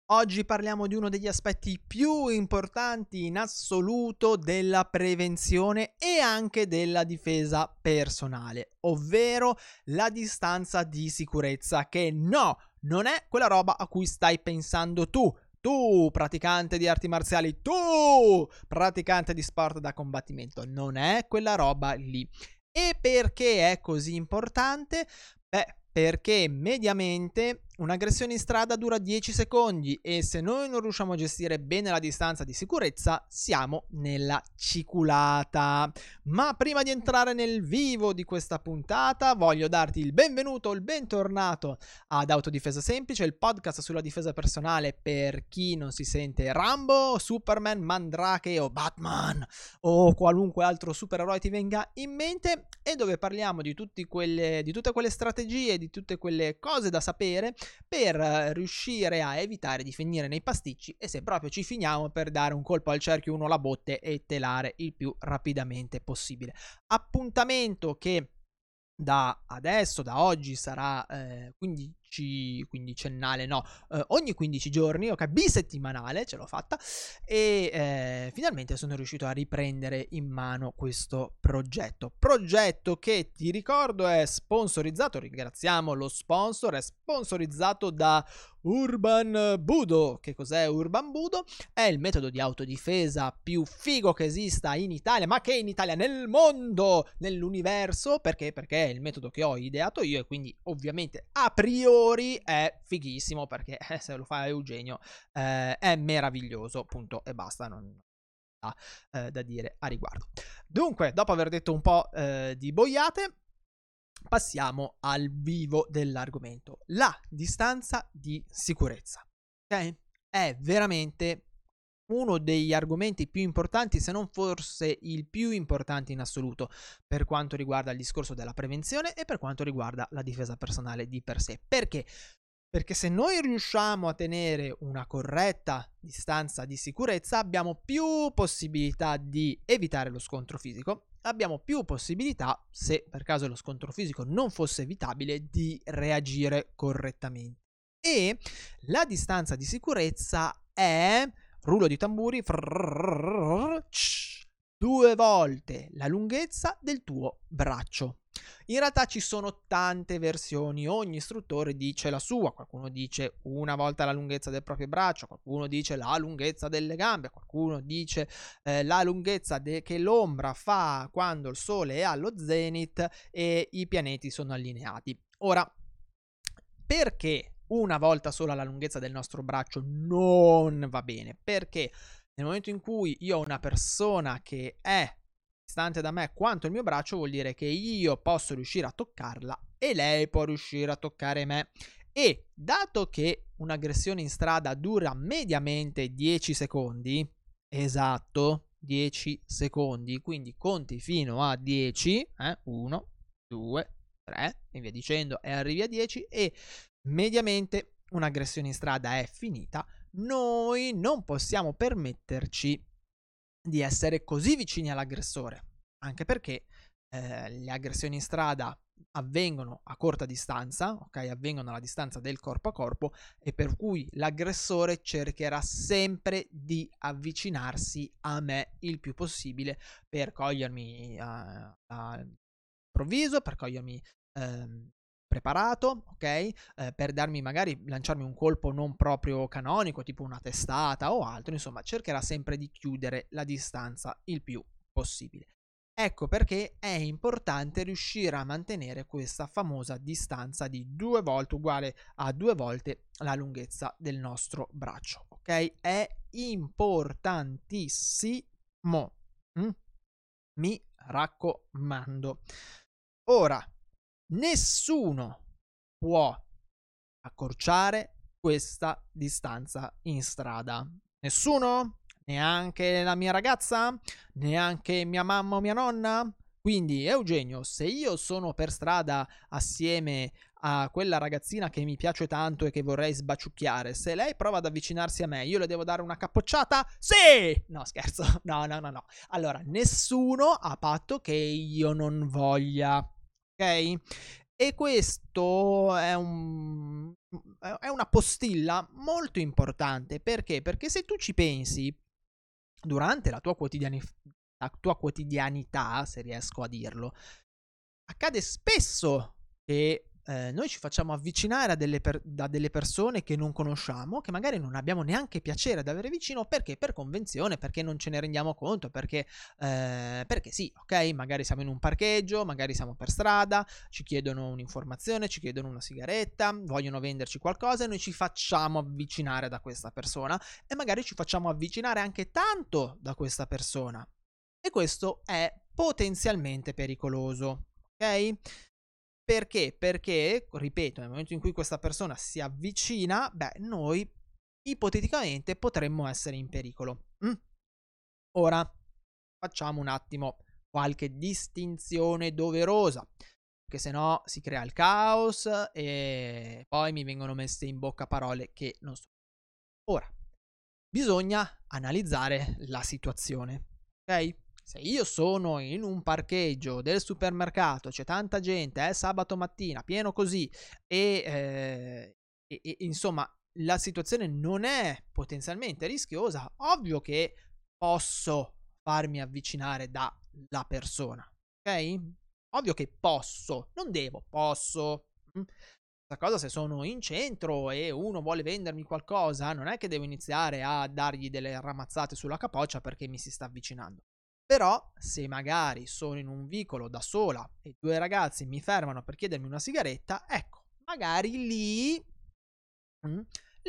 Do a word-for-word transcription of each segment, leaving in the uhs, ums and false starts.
Oggi parliamo di uno degli aspetti più importanti in assoluto della prevenzione e anche della difesa personale, ovvero la distanza di sicurezza, che no, non è quella roba a cui stai pensando tu. Tu, praticante di arti marziali, tu, praticante di sport da combattimento, non è quella roba lì. E perché è così importante? Beh, perché mediamente un'aggressione in strada dura dieci secondi e se noi non riusciamo a gestire bene la distanza di sicurezza, siamo nella ciculata. Ma prima di entrare nel vivo di questa puntata, voglio darti il benvenuto o il bentornato ad Autodifesa Semplice, il podcast sulla difesa personale per chi non si sente Rambo, Superman, Mandrake o Batman o qualunque altro supereroe ti venga in mente, e dove parliamo di, tutti quelle, di tutte quelle strategie, di tutte quelle cose da sapere per riuscire a evitare di finire nei pasticci e, se proprio ci finiamo, per dare un colpo al cerchio, uno alla botte e telare il più rapidamente possibile. Appuntamento che da adesso, da oggi, sarà eh, quindici, quindicennale, no, eh, ogni quindici giorni, ok, bisettimanale, ce l'ho fatta, e eh, finalmente sono riuscito a riprendere in mano questo progetto. Progetto che, ti ricordo, è sponsorizzato, ringraziamo lo sponsor, è sponsorizzato da Urban Budo. Che cos'è Urban Budo? È il metodo di autodifesa più figo che esista in Italia, ma che in Italia, nel mondo, nell'universo, perché? Perché è il metodo che ho ideato io e quindi ovviamente a priori è fighissimo, perché eh, se lo fa Eugenio eh, è meraviglioso, punto e basta, non ha eh, da dire a riguardo. Dunque, dopo aver detto un po' eh, di boiate, passiamo al vivo dell'argomento. La distanza di sicurezza, ok? È veramente uno degli argomenti più importanti, se non forse il più importante in assoluto, per quanto riguarda il discorso della prevenzione e per quanto riguarda la difesa personale di per sé. Perché? Perché se noi riusciamo a tenere una corretta distanza di sicurezza, abbiamo più possibilità di evitare lo scontro fisico, abbiamo più possibilità, se per caso lo scontro fisico non fosse evitabile, di reagire correttamente. E la distanza di sicurezza è, rullo di tamburi, due volte la lunghezza del tuo braccio. In realtà ci sono tante versioni, ogni istruttore dice la sua, qualcuno dice una volta la lunghezza del proprio braccio, qualcuno dice la lunghezza delle gambe, qualcuno dice eh, la lunghezza de- che l'ombra fa quando il sole è allo zenith e i pianeti sono allineati. Ora, perché una volta sola la lunghezza del nostro braccio non va bene? Perché nel momento in cui io ho una persona che è distante da me quanto il mio braccio, vuol dire che io posso riuscire a toccarla e lei può riuscire a toccare me. E dato che un'aggressione in strada dura mediamente dieci secondi, esatto, dieci secondi, quindi conti fino a dieci, eh, uno, due, tre e via dicendo, e arrivi a dieci e mediamente un'aggressione in strada è finita. Noi non possiamo permetterci di essere così vicini all'aggressore, anche perché eh, le aggressioni in strada avvengono a corta distanza, ok? Avvengono alla distanza del corpo a corpo, e per cui l'aggressore cercherà sempre di avvicinarsi a me il più possibile per cogliermi uh, all'improvviso, per cogliermi uh, preparato, ok? Eh, per darmi, magari lanciarmi un colpo non proprio canonico, tipo una testata o altro, insomma, cercherà sempre di chiudere la distanza il più possibile. Ecco perché è importante riuscire a mantenere questa famosa distanza di due volte uguale a due volte la lunghezza del nostro braccio, ok? È importantissimo. Mm? Mi raccomando. Ora, nessuno può accorciare questa distanza in strada. Nessuno? Neanche la mia ragazza? Neanche mia mamma o mia nonna? Quindi, Eugenio, se io sono per strada assieme a quella ragazzina che mi piace tanto e che vorrei sbaciucchiare, se lei prova ad avvicinarsi a me, io le devo dare una capocciata? Sì! No, scherzo. No, no, no, no. Allora, nessuno, a patto che io non voglia. Ok? E questo è un è una postilla molto importante. Perché? Perché se tu ci pensi, durante la tua quotidiani la tua quotidianità, se riesco a dirlo, accade spesso che, ehm, noi ci facciamo avvicinare a delle per da delle persone che non conosciamo, che magari non abbiamo neanche piacere ad avere vicino, perché? Per convenzione, perché non ce ne rendiamo conto, perché ehm, perché sì, okay, magari siamo in un parcheggio, magari siamo per strada, ci chiedono un'informazione, ci chiedono una sigaretta, vogliono venderci qualcosa e noi ci facciamo avvicinare da questa persona e magari ci facciamo avvicinare anche tanto da questa persona. E questo è potenzialmente pericoloso, ok? Perché? Perché, ripeto, nel momento in cui questa persona si avvicina, beh, noi ipoteticamente potremmo essere in pericolo. Mm? Ora facciamo un attimo qualche distinzione doverosa, che se no si crea il caos e poi mi vengono messe in bocca parole che non so. Ora, bisogna analizzare la situazione, ok? Se io sono in un parcheggio del supermercato, c'è tanta gente, è sabato mattina, pieno così, e, eh, e- e, insomma la situazione non è potenzialmente rischiosa, ovvio che posso farmi avvicinare dalla persona, ok? Ovvio che posso, non devo, posso. mm? Stessa cosa se sono in centro e uno vuole vendermi qualcosa, non è che devo iniziare a dargli delle ramazzate sulla capoccia perché mi si sta avvicinando. Però, se magari sono in un vicolo da sola e due ragazzi mi fermano per chiedermi una sigaretta, ecco, magari lì Mh.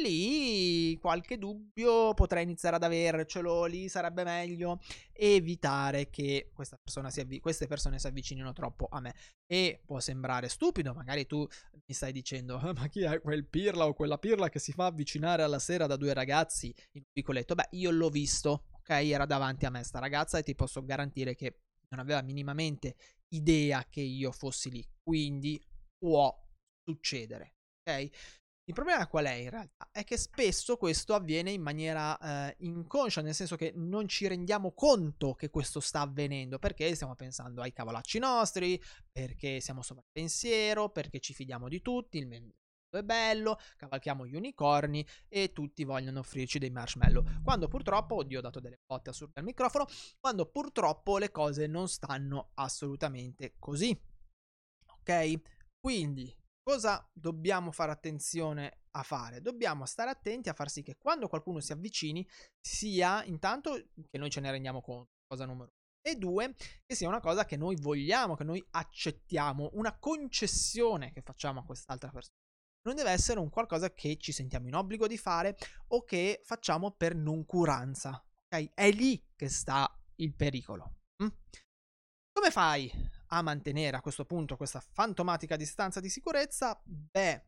Lì qualche dubbio potrei iniziare ad avercelo, lì sarebbe meglio evitare che questa persona si avvi queste persone si avvicinino troppo a me. E può sembrare stupido, magari tu mi stai dicendo: "Eh, ma chi è quel pirla o quella pirla che si fa avvicinare alla sera da due ragazzi in un vicoletto?" Beh, io l'ho visto, okay, era davanti a me 'sta ragazza e ti posso garantire che non aveva minimamente idea che io fossi lì, quindi può succedere, okay? Il problema qual è in realtà? È che spesso questo avviene in maniera, ehm, inconscia, nel senso che non ci rendiamo conto che questo sta avvenendo, perché stiamo pensando ai cavolacci nostri, perché siamo sovrappensiero, perché ci fidiamo di tutti, il mondo è bello, cavalchiamo gli unicorni e tutti vogliono offrirci dei marshmallow. Quando purtroppo, oddio ho dato delle botte assurde al microfono, quando purtroppo le cose non stanno assolutamente così. Ok? Quindi cosa dobbiamo fare attenzione a fare? Dobbiamo stare attenti a far sì che quando qualcuno si avvicini sia intanto che noi ce ne rendiamo conto, cosa numero uno, e due, che sia una cosa che noi vogliamo, che noi accettiamo, una concessione che facciamo a quest'altra persona. Non deve essere un qualcosa che ci sentiamo in obbligo di fare o che facciamo per noncuranza. Ok? È lì che sta il pericolo. Mm? Come fai a mantenere a questo punto questa fantomatica distanza di sicurezza? Beh,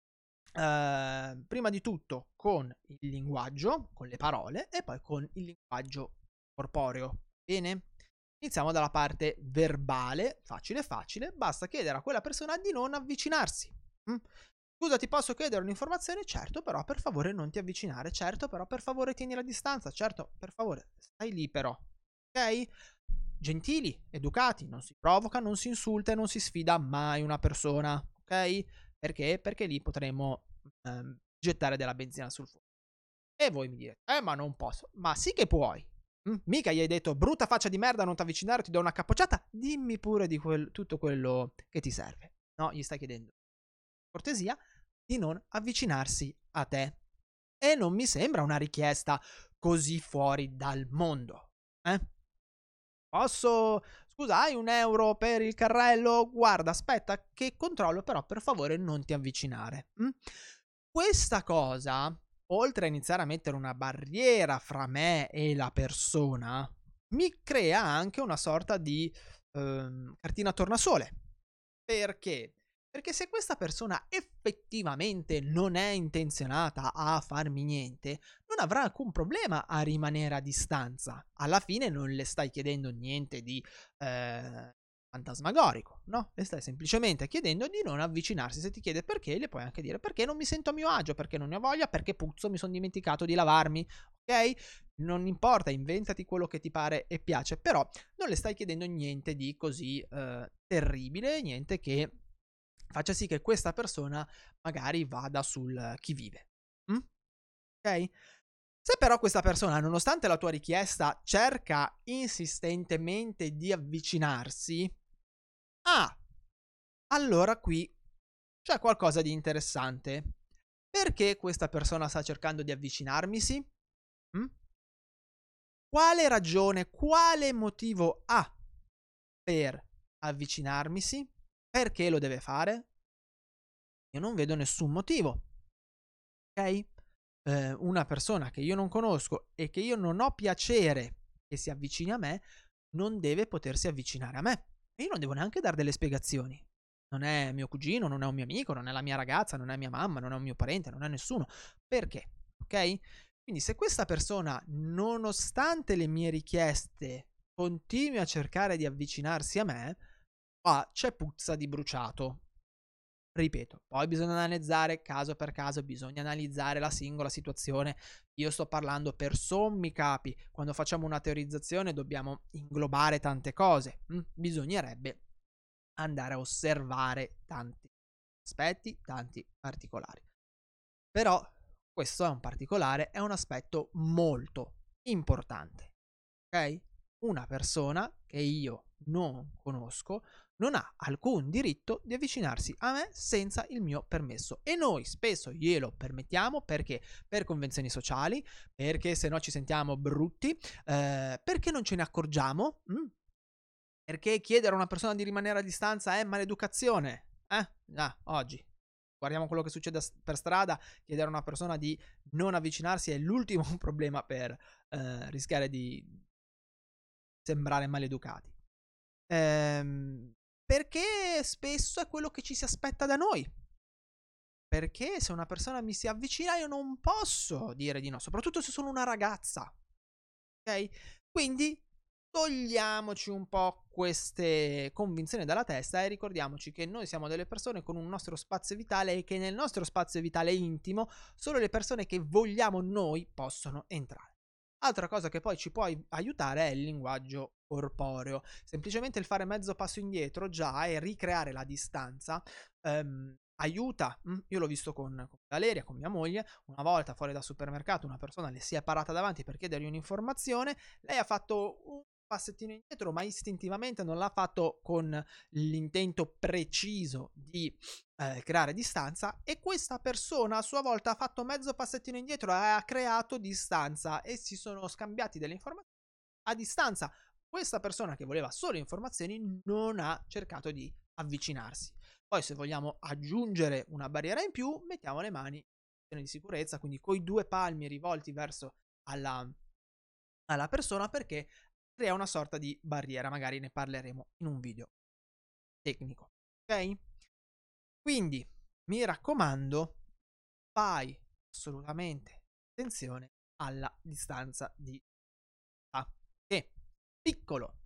ehm, prima di tutto con il linguaggio, con le parole e poi con il linguaggio corporeo. Bene? Iniziamo dalla parte verbale, facile facile, basta chiedere a quella persona di non avvicinarsi. Mm? Scusa, ti posso chiedere un'informazione? Certo, però per favore non ti avvicinare. Certo, però per favore tieni la distanza. Certo, per favore stai lì però. Ok? Gentili, educati, non si provoca, non si insulta e non si sfida mai una persona, ok? Perché? Perché lì potremo ehm, gettare della benzina sul fuoco. E voi mi direte, eh ma non posso. Ma sì che puoi. Mm? Mica gli hai detto, brutta faccia di merda, non ti avvicinare, ti do una capocciata. Dimmi pure di quel, tutto quello che ti serve. No, gli stai chiedendo, cortesia, di non avvicinarsi a te. E non mi sembra una richiesta così fuori dal mondo. Eh? Posso... Scusa, hai un euro per il carrello? Guarda, aspetta che controllo, però per favore non ti avvicinare. Mm? Questa cosa, oltre a iniziare a mettere una barriera fra me e la persona, mi crea anche una sorta di ehm, cartina tornasole. Perché? Perché se questa persona effettivamente non è intenzionata a farmi niente, non avrà alcun problema a rimanere a distanza. Alla fine non le stai chiedendo niente di eh, fantasmagorico, no? Le stai semplicemente chiedendo di non avvicinarsi. Se ti chiede perché, le puoi anche dire perché non mi sento a mio agio, perché non ne ho voglia, perché puzzo, mi sono dimenticato di lavarmi, ok? Non importa, inventati quello che ti pare e piace, però non le stai chiedendo niente di così eh, terribile, niente che faccia sì che questa persona magari vada sul chi vive. Mm? Ok? Se però questa persona, nonostante la tua richiesta, cerca insistentemente di avvicinarsi, ah, allora qui c'è qualcosa di interessante. Perché questa persona sta cercando di avvicinarmisi? Mm? Quale ragione, quale motivo ha per avvicinarmisi? Perché lo deve fare? Io non vedo nessun motivo, ok? Eh, una persona che io non conosco e che io non ho piacere che si avvicini a me, non deve potersi avvicinare a me. E io non devo neanche dare delle spiegazioni. Non è mio cugino, non è un mio amico, non è la mia ragazza, non è mia mamma, non è un mio parente, non è nessuno. Perché? Ok? Quindi se questa persona, nonostante le mie richieste, continui a cercare di avvicinarsi a me, qua c'è puzza di bruciato. Ripeto, poi bisogna analizzare caso per caso, bisogna analizzare la singola situazione. Io sto parlando per sommi capi. Quando facciamo una teorizzazione dobbiamo inglobare tante cose. Mm? Bisognerebbe andare a osservare tanti aspetti, tanti particolari. Però questo è un particolare, è un aspetto molto importante. Ok? Una persona che io non conosco non ha alcun diritto di avvicinarsi a me senza il mio permesso e noi spesso glielo permettiamo perché per convenzioni sociali, perché se no ci sentiamo brutti, eh, perché non ce ne accorgiamo, mm? Perché chiedere a una persona di rimanere a distanza è maleducazione, eh? Ah, oggi guardiamo quello che succede per strada, chiedere a una persona di non avvicinarsi è l'ultimo problema per eh, rischiare di sembrare maleducati. Ehm, perché spesso è quello che ci si aspetta da noi. Perché se una persona mi si avvicina io non posso dire di no, soprattutto se sono una ragazza. Ok? Quindi togliamoci un po' queste convinzioni dalla testa e ricordiamoci che noi siamo delle persone con un nostro spazio vitale e che nel nostro spazio vitale intimo solo le persone che vogliamo noi possono entrare. Altra cosa che poi ci può aiutare è il linguaggio corporeo. Semplicemente il fare mezzo passo indietro già e ricreare la distanza ehm, aiuta. Io l'ho visto con, con Valeria, con mia moglie. Una volta fuori dal supermercato una persona le si è parata davanti per chiedergli un'informazione. Lei ha fatto un passettino indietro, ma istintivamente non l'ha fatto con l'intento preciso di eh, creare distanza, e questa persona a sua volta ha fatto mezzo passettino indietro e ha creato distanza e si sono scambiati delle informazioni a distanza. Questa persona che voleva solo informazioni non ha cercato di avvicinarsi. Poi se vogliamo aggiungere una barriera in più, mettiamo le mani in posizione di sicurezza, quindi coi due palmi rivolti verso alla, alla persona, perché crea una sorta di barriera, magari ne parleremo in un video tecnico. Ok? Quindi mi raccomando, fai assolutamente attenzione alla distanza di A. E piccolo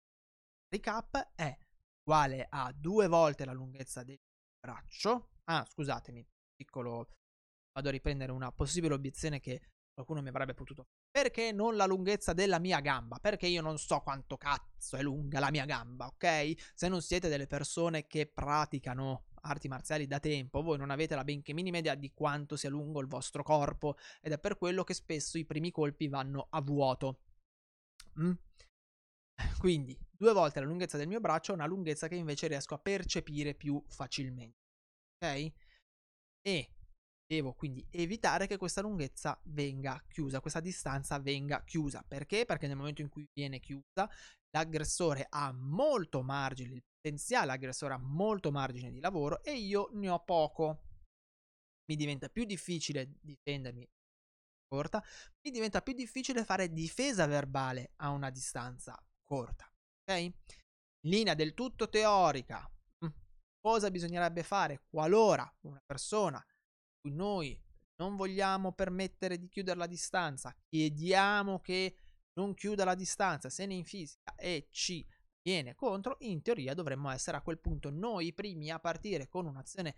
recap è uguale a due volte la lunghezza del braccio. Ah, scusatemi, piccolo, vado a riprendere una possibile obiezione che qualcuno mi avrebbe potuto. Perché non la lunghezza della mia gamba? Perché io non so quanto cazzo è lunga la mia gamba, ok? Se non siete delle persone che praticano arti marziali da tempo, voi non avete la benché minima idea di quanto sia lungo il vostro corpo, ed è per quello che spesso i primi colpi vanno a vuoto. Mm? Quindi, due volte la lunghezza del mio braccio, una lunghezza che invece riesco a percepire più facilmente. Ok? E devo quindi evitare che questa lunghezza venga chiusa, questa distanza venga chiusa. Perché? Perché nel momento in cui viene chiusa, l'aggressore ha molto margine, il potenziale aggressore ha molto margine di lavoro e io ne ho poco. Mi diventa più difficile difendermi corta, mi diventa più difficile fare difesa verbale a una distanza corta. Ok? Linea del tutto teorica. Cosa bisognerebbe fare qualora una persona cui noi non vogliamo permettere di chiudere la distanza, chiediamo che non chiuda la distanza, se ne infisca e ci viene contro, in teoria dovremmo essere a quel punto noi i primi a partire con un'azione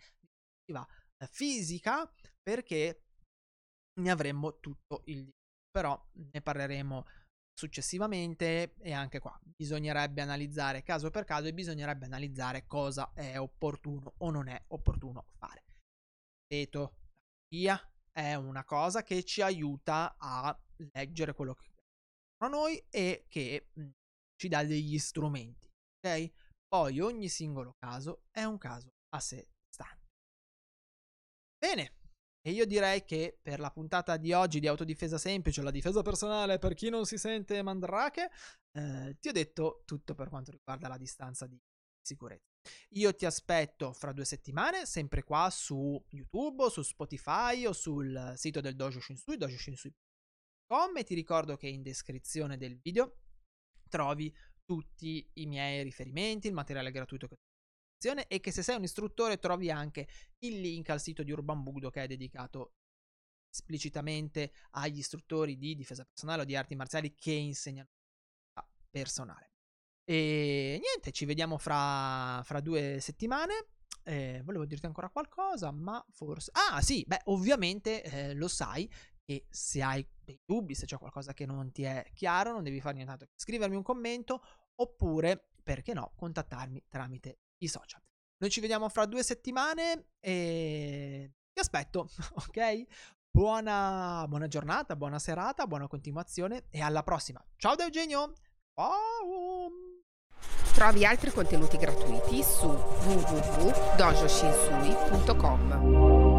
fisica, perché ne avremmo tutto il diritto. Però ne parleremo successivamente, e anche qua bisognerebbe analizzare caso per caso e bisognerebbe analizzare cosa è opportuno o non è opportuno fare. Ripeto, via è una cosa che ci aiuta a leggere quello che a noi e che mh, ci dà degli strumenti, ok? Poi ogni singolo caso è un caso a sé stante. Bene, e io direi che per la puntata di oggi di Autodifesa Semplice, la difesa personale per chi non si sente mandrake, eh, ti ho detto tutto per quanto riguarda la distanza di sicurezza. Io ti aspetto fra due settimane, sempre qua su YouTube o su Spotify o sul sito del Dojo Shinsui, dojo shinsui punto com, e ti ricordo che in descrizione del video trovi tutti i miei riferimenti, il materiale gratuito che e che se sei un istruttore trovi anche il link al sito di Urban Budo, che è dedicato esplicitamente agli istruttori di difesa personale o di arti marziali che insegnano personale. E niente, ci vediamo fra, fra due settimane. Eh, volevo dirti ancora qualcosa, ma forse... Ah sì, beh, ovviamente eh, lo sai che se hai dei dubbi, se c'è qualcosa che non ti è chiaro, non devi fare nient'altro che scrivermi un commento, oppure, perché no, contattarmi tramite i social. Noi ci vediamo fra due settimane e ti aspetto, ok? Buona, buona giornata, buona serata, buona continuazione e alla prossima. Ciao da Eugenio! Ciao! Trovi altri contenuti gratuiti su w w w punto dojo shinsui punto com.